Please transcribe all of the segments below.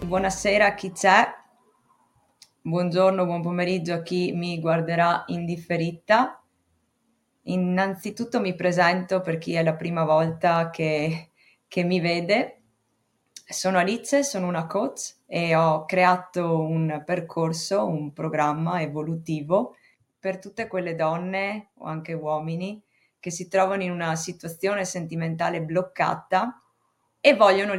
Buonasera a chi c'è, buongiorno, buon pomeriggio a chi mi guarderà in differita. Innanzitutto mi presento per chi è la prima volta che mi vede. Sono Alice, sono una coach e ho creato un percorso, un programma evolutivo per tutte quelle donne o anche uomini che si trovano in una situazione sentimentale bloccata e vogliono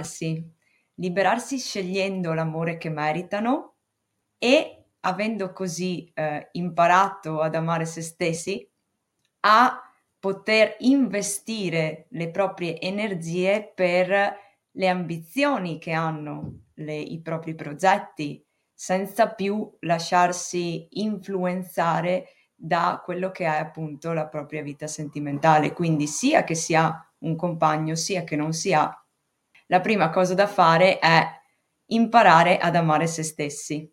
liberarsi scegliendo l'amore che meritano e avendo così imparato ad amare se stessi, a poter investire le proprie energie per le ambizioni che hanno, i propri progetti, senza più lasciarsi influenzare da quello che è appunto la propria vita sentimentale. Quindi sia che si ha un compagno, sia che non si ha, la prima cosa da fare è imparare ad amare se stessi.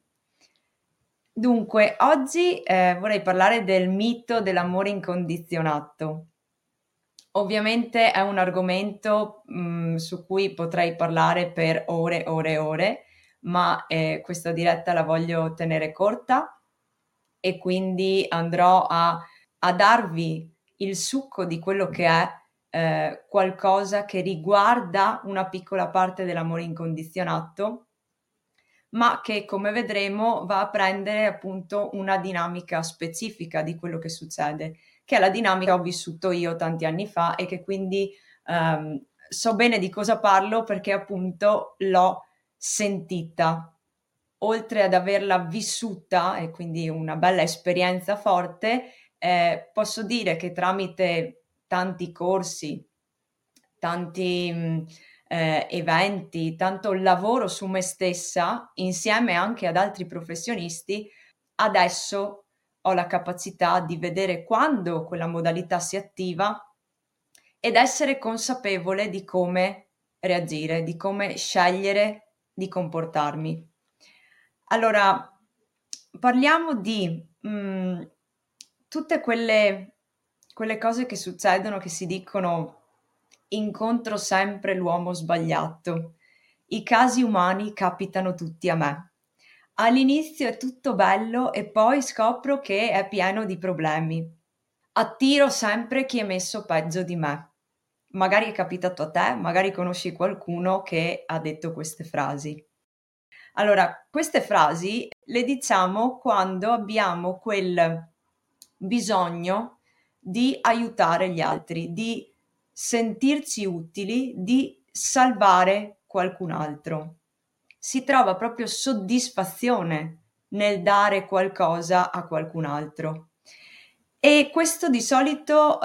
Dunque, oggi vorrei parlare del mito dell'amore incondizionato. Ovviamente è un argomento su cui potrei parlare per ore, ore e ore, ma questa diretta la voglio tenere corta e quindi andrò a darvi il succo di quello che è qualcosa che riguarda una piccola parte dell'amore incondizionato, ma che come vedremo va a prendere appunto una dinamica specifica di quello che succede, che è la dinamica che ho vissuto io tanti anni fa e che quindi so bene di cosa parlo perché appunto l'ho sentita. Oltre ad averla vissuta e quindi una bella esperienza forte, posso dire che tramite tanti corsi, tanti eventi, tanto lavoro su me stessa, insieme anche ad altri professionisti, adesso ho la capacità di vedere quando quella modalità si attiva ed essere consapevole di come reagire, di come scegliere di comportarmi. Allora, parliamo di tutte quelle cose che succedono, che si dicono incontro sempre l'uomo sbagliato. I casi umani capitano tutti a me. All'inizio è tutto bello e poi scopro che è pieno di problemi. Attiro sempre chi è messo peggio di me. Magari è capitato a te, magari conosci qualcuno che ha detto queste frasi. Allora, queste frasi le diciamo quando abbiamo quel bisogno di aiutare gli altri, di sentirci utili, di salvare qualcun altro. Si trova proprio soddisfazione nel dare qualcosa a qualcun altro. E questo di solito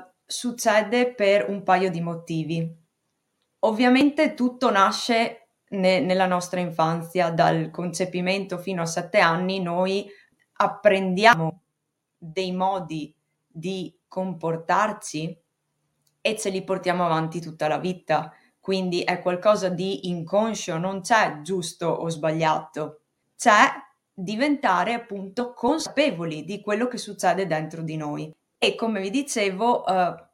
succede per un paio di motivi. Ovviamente tutto nasce nella nostra infanzia, dal concepimento fino a 7 anni noi apprendiamo dei modi di comportarci e ce li portiamo avanti tutta la vita. Quindi è qualcosa di inconscio, non c'è giusto o sbagliato, c'è diventare appunto consapevoli di quello che succede dentro di noi. E come vi dicevo,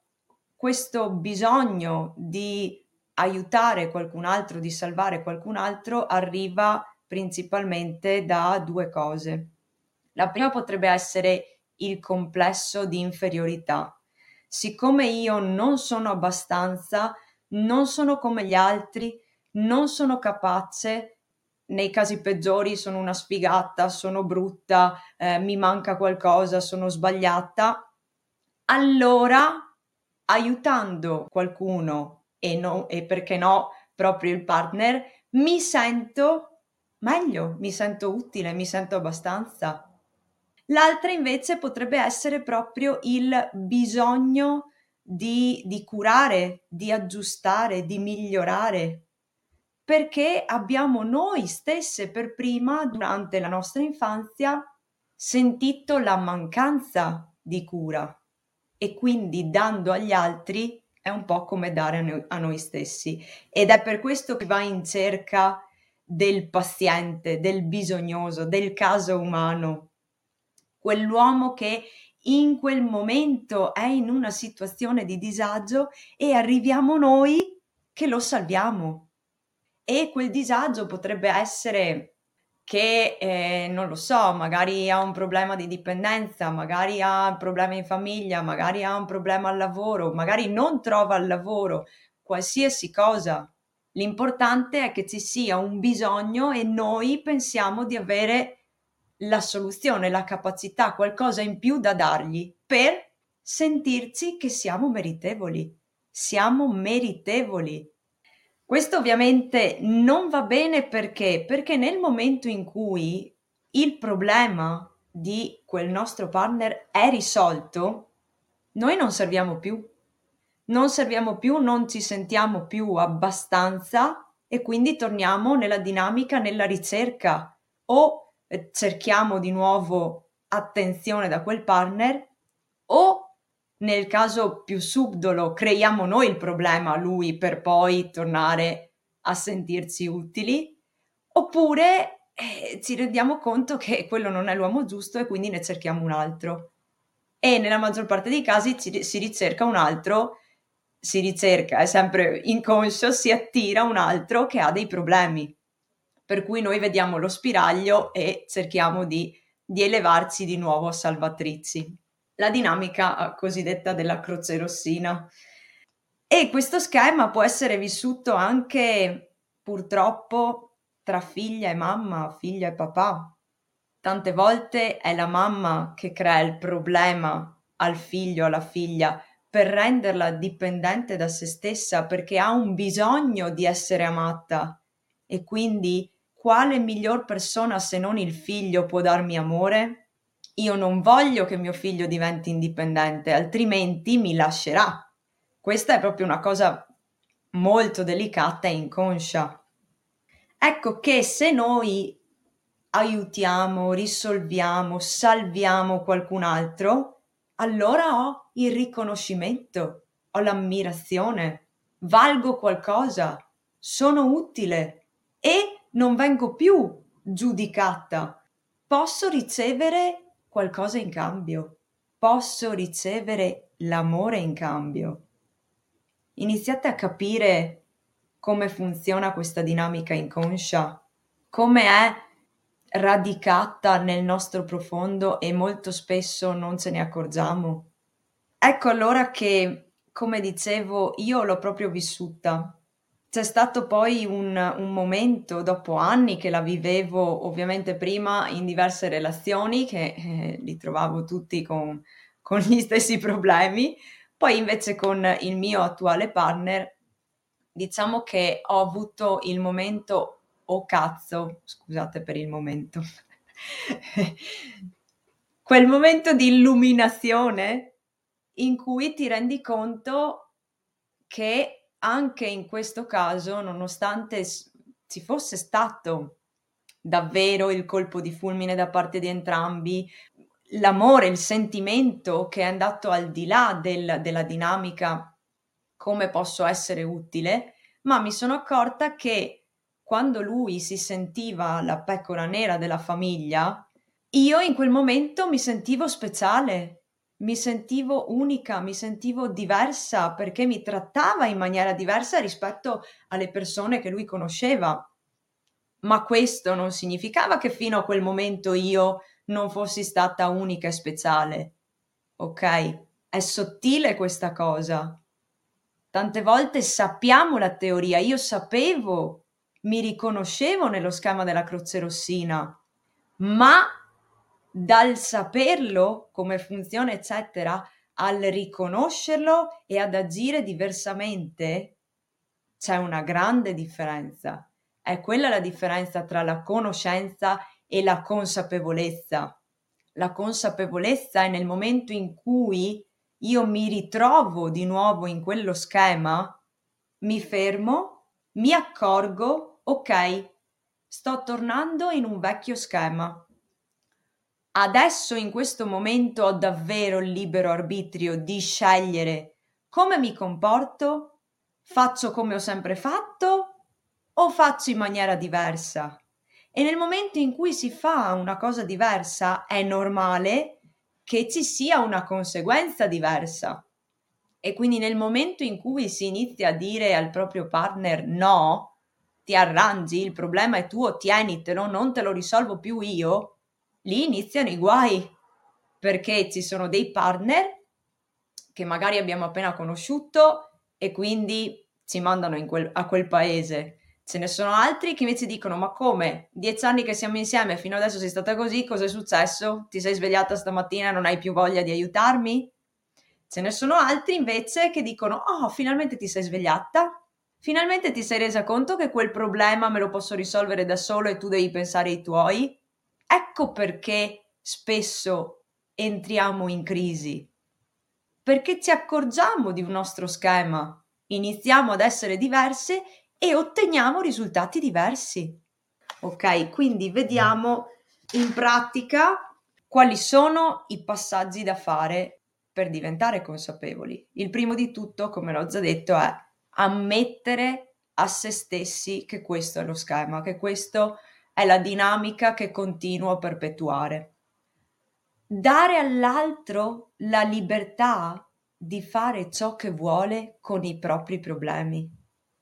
questo bisogno di aiutare qualcun altro, di salvare qualcun altro, arriva principalmente da due cose. La prima potrebbe essere il complesso di inferiorità. Siccome io non sono abbastanza, non sono come gli altri, non sono capace, nei casi peggiori sono una sfigata, sono brutta, mi manca qualcosa, sono sbagliata, allora aiutando qualcuno e perché no proprio il partner, mi sento meglio, mi sento utile, mi sento abbastanza. L'altra invece potrebbe essere proprio il bisogno di curare, di aggiustare, di migliorare, perché abbiamo noi stesse per prima, durante la nostra infanzia, sentito la mancanza di cura e quindi dando agli altri è un po' come dare a noi stessi. Ed è per questo che va in cerca del paziente, del bisognoso, del caso umano, quell'uomo che in quel momento è in una situazione di disagio e arriviamo noi che lo salviamo. E quel disagio potrebbe essere che, non lo so, magari ha un problema di dipendenza, magari ha problemi in famiglia, magari ha un problema al lavoro, magari non trova il lavoro, qualsiasi cosa. L'importante è che ci sia un bisogno e noi pensiamo di avere la soluzione, la capacità, qualcosa in più da dargli per sentirci che siamo meritevoli. Siamo meritevoli. Questo ovviamente non va bene perché nel momento in cui il problema di quel nostro partner è risolto, noi non serviamo più. Non serviamo più, non ci sentiamo più abbastanza e quindi torniamo nella dinamica, nella ricerca o cerchiamo di nuovo attenzione da quel partner o nel caso più subdolo creiamo noi il problema a lui per poi tornare a sentirci utili, oppure ci rendiamo conto che quello non è l'uomo giusto e quindi ne cerchiamo un altro. E nella maggior parte dei casi si ricerca un altro, si ricerca, è sempre inconscio, si attira un altro che ha dei problemi. Per cui noi vediamo lo spiraglio e cerchiamo di elevarci di nuovo a salvatrici. La dinamica cosiddetta della croce rossina. E questo schema può essere vissuto anche purtroppo tra figlia e mamma, figlia e papà. Tante volte è la mamma che crea il problema al figlio o alla figlia per renderla dipendente da se stessa perché ha un bisogno di essere amata e quindi quale miglior persona se non il figlio può darmi amore? Io non voglio che mio figlio diventi indipendente, altrimenti mi lascerà. Questa è proprio una cosa molto delicata e inconscia. Ecco che se noi aiutiamo, risolviamo, salviamo qualcun altro, allora ho il riconoscimento, ho l'ammirazione, valgo qualcosa, sono utile e non vengo più giudicata. Posso ricevere qualcosa in cambio, posso ricevere l'amore in cambio. Iniziate a capire come funziona questa dinamica inconscia, come è radicata nel nostro profondo e molto spesso non ce ne accorgiamo. Ecco allora che, come dicevo, io l'ho proprio vissuta. C'è stato poi un momento, dopo anni che la vivevo, ovviamente prima in diverse relazioni, che li trovavo tutti con gli stessi problemi, poi invece con il mio attuale partner, diciamo che ho avuto il momento, oh cazzo, scusate per il momento, quel momento di illuminazione in cui ti rendi conto che anche in questo caso, nonostante ci fosse stato davvero il colpo di fulmine da parte di entrambi, l'amore, il sentimento che è andato al di là della dinamica, come posso essere utile, ma mi sono accorta che quando lui si sentiva la pecora nera della famiglia, io in quel momento mi sentivo speciale, mi sentivo unica, mi sentivo diversa perché mi trattava in maniera diversa rispetto alle persone che lui conosceva. Ma questo non significava che fino a quel momento io non fossi stata unica e speciale. Ok? È sottile questa cosa. Tante volte sappiamo la teoria, io sapevo, mi riconoscevo nello schema della croce rossina, ma dal saperlo, come funziona, eccetera, al riconoscerlo e ad agire diversamente, c'è una grande differenza. È quella la differenza tra la conoscenza e la consapevolezza. La consapevolezza è nel momento in cui io mi ritrovo di nuovo in quello schema, mi fermo, mi accorgo, ok, sto tornando in un vecchio schema. Adesso in questo momento ho davvero il libero arbitrio di scegliere come mi comporto, faccio come ho sempre fatto o faccio in maniera diversa. E nel momento in cui si fa una cosa diversa è normale che ci sia una conseguenza diversa. E quindi nel momento in cui si inizia a dire al proprio partner no, ti arrangi, il problema è tuo, tienitelo, non te lo risolvo più io, lì iniziano i guai, perché ci sono dei partner che magari abbiamo appena conosciuto e quindi ci mandano a quel paese. Ce ne sono altri che invece dicono: ma come? 10 anni che siamo insieme, fino adesso sei stata così, cosa è successo? Ti sei svegliata stamattina e non hai più voglia di aiutarmi? Ce ne sono altri invece che dicono: oh, finalmente ti sei svegliata, finalmente ti sei resa conto che quel problema me lo posso risolvere da solo e tu devi pensare ai tuoi. Ecco perché spesso entriamo in crisi, perché ci accorgiamo di un nostro schema, iniziamo ad essere diverse e otteniamo risultati diversi. Ok, quindi vediamo in pratica quali sono i passaggi da fare per diventare consapevoli. Il primo di tutto, come l'ho già detto, è ammettere a se stessi che questo è lo schema, che questo è la dinamica che continuo a perpetuare. Dare all'altro la libertà di fare ciò che vuole con i propri problemi.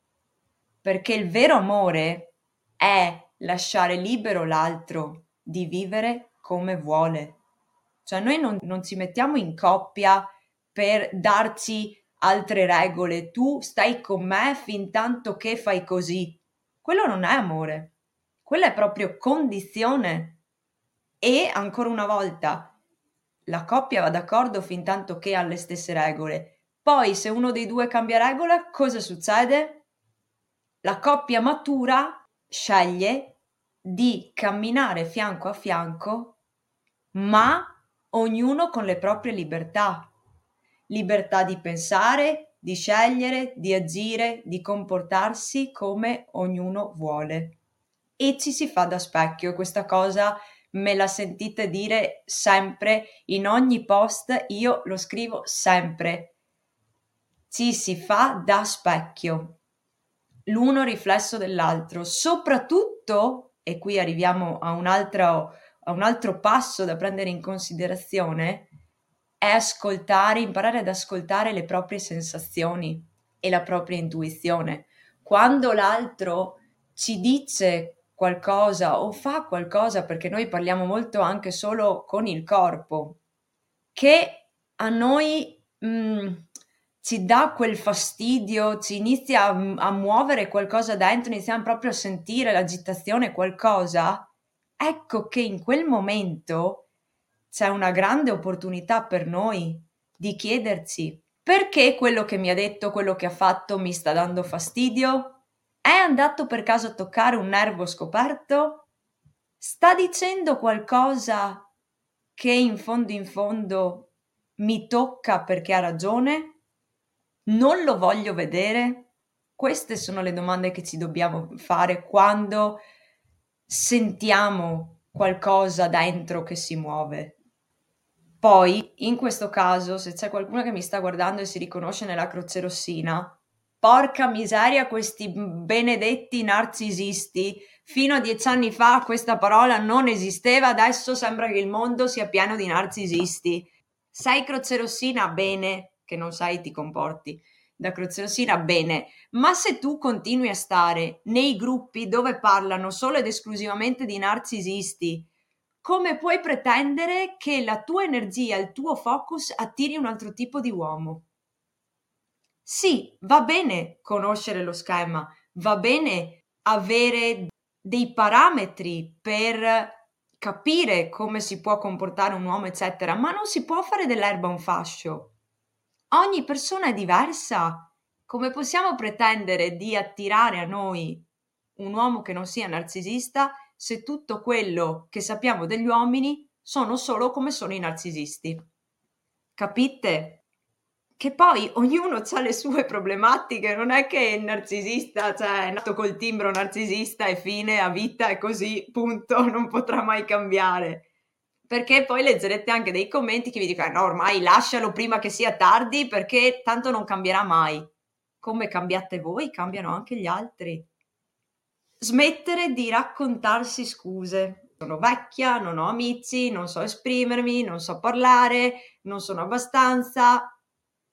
Perché il vero amore è lasciare libero l'altro di vivere come vuole. Cioè noi non ci mettiamo in coppia per darci altre regole. Tu stai con me fin tanto che fai così. Quello non è amore. Quella è proprio condizione. E ancora una volta, la coppia va d'accordo fin tanto che ha le stesse regole. Poi, se uno dei due cambia regola, cosa succede? La coppia matura sceglie di camminare fianco a fianco, ma ognuno con le proprie libertà. Libertà di pensare, di scegliere, di agire, di comportarsi come ognuno vuole. E ci si fa da specchio. Questa cosa me la sentite dire sempre in ogni post, io lo scrivo sempre. Ci si fa da specchio, l'uno riflesso dell'altro, soprattutto, e qui arriviamo a a un altro passo da prendere in considerazione, è ascoltare, imparare ad ascoltare le proprie sensazioni e la propria intuizione. Quando l'altro ci dice qualcosa o fa qualcosa, perché noi parliamo molto anche solo con il corpo, che a noi ci dà quel fastidio, ci inizia a muovere qualcosa dentro, iniziamo proprio a sentire l'agitazione, qualcosa, ecco che in quel momento c'è una grande opportunità per noi di chiederci: perché quello che mi ha detto, quello che ha fatto mi sta dando fastidio? È andato per caso a toccare un nervo scoperto? Sta dicendo qualcosa che in fondo mi tocca perché ha ragione? Non lo voglio vedere? Queste sono le domande che ci dobbiamo fare quando sentiamo qualcosa dentro che si muove. Poi, in questo caso, se c'è qualcuno che mi sta guardando e si riconosce nella Croce Rossina, porca miseria, questi benedetti narcisisti. Fino a 10 anni fa questa parola non esisteva, adesso sembra che il mondo sia pieno di narcisisti. Sei Croce Rossina? Bene, che non sai ti comporti da Croce Rossina? Bene, ma se tu continui a stare nei gruppi dove parlano solo ed esclusivamente di narcisisti, come puoi pretendere che la tua energia, il tuo focus attiri un altro tipo di uomo? Sì, va bene conoscere lo schema, va bene avere dei parametri per capire come si può comportare un uomo, eccetera, ma non si può fare dell'erba un fascio. Ogni persona è diversa. Come possiamo pretendere di attirare a noi un uomo che non sia narcisista se tutto quello che sappiamo degli uomini sono solo come sono i narcisisti? Capite? Che poi ognuno ha le sue problematiche, non è che il narcisista, cioè, è nato col timbro narcisista e fine, a vita è così, punto, non potrà mai cambiare. Perché poi leggerete anche dei commenti che vi dicono: no, ormai lascialo prima che sia tardi perché tanto non cambierà mai. Come cambiate voi, cambiano anche gli altri. Smettere di raccontarsi scuse. Sono vecchia, non ho amici, non so esprimermi, non so parlare, non sono abbastanza.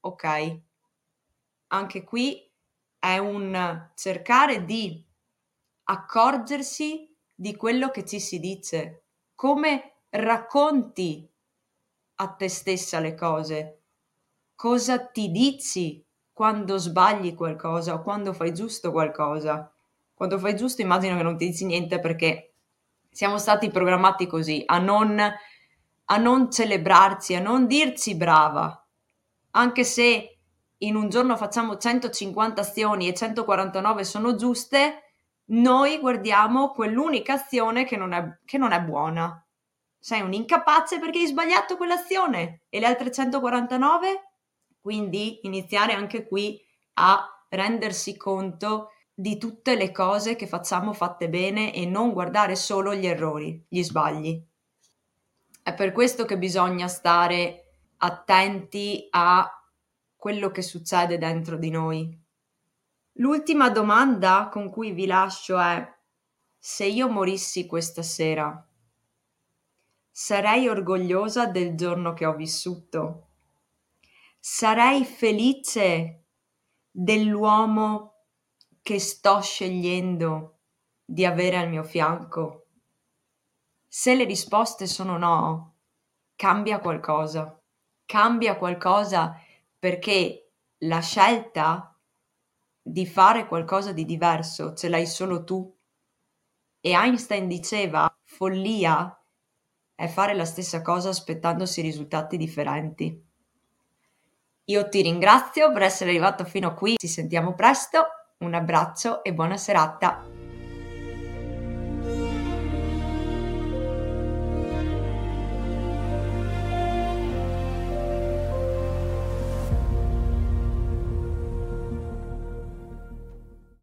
Ok, anche qui è un cercare di accorgersi di quello che ci si dice, come racconti a te stessa le cose, cosa ti dici quando sbagli qualcosa o quando fai giusto qualcosa. Quando fai giusto immagino che non ti dici niente perché siamo stati programmati così, a non celebrarci, a non dirci brava, anche se in un giorno facciamo 150 azioni e 149 sono giuste, noi guardiamo quell'unica azione che non è buona. Sei un incapace perché hai sbagliato quell'azione e le altre 149? Quindi iniziare anche qui a rendersi conto di tutte le cose che facciamo fatte bene e non guardare solo gli errori, gli sbagli. È per questo che bisogna stare attenti a quello che succede dentro di noi. L'ultima domanda con cui vi lascio è: se io morissi questa sera, sarei orgogliosa del giorno che ho vissuto? Sarei felice dell'uomo che sto scegliendo di avere al mio fianco? Se le risposte sono no, cambia qualcosa. Cambia qualcosa perché la scelta di fare qualcosa di diverso ce l'hai solo tu. E Einstein diceva: follia è fare la stessa cosa aspettandosi risultati differenti. Io ti ringrazio per essere arrivato fino a qui, ci sentiamo presto, un abbraccio e buona serata.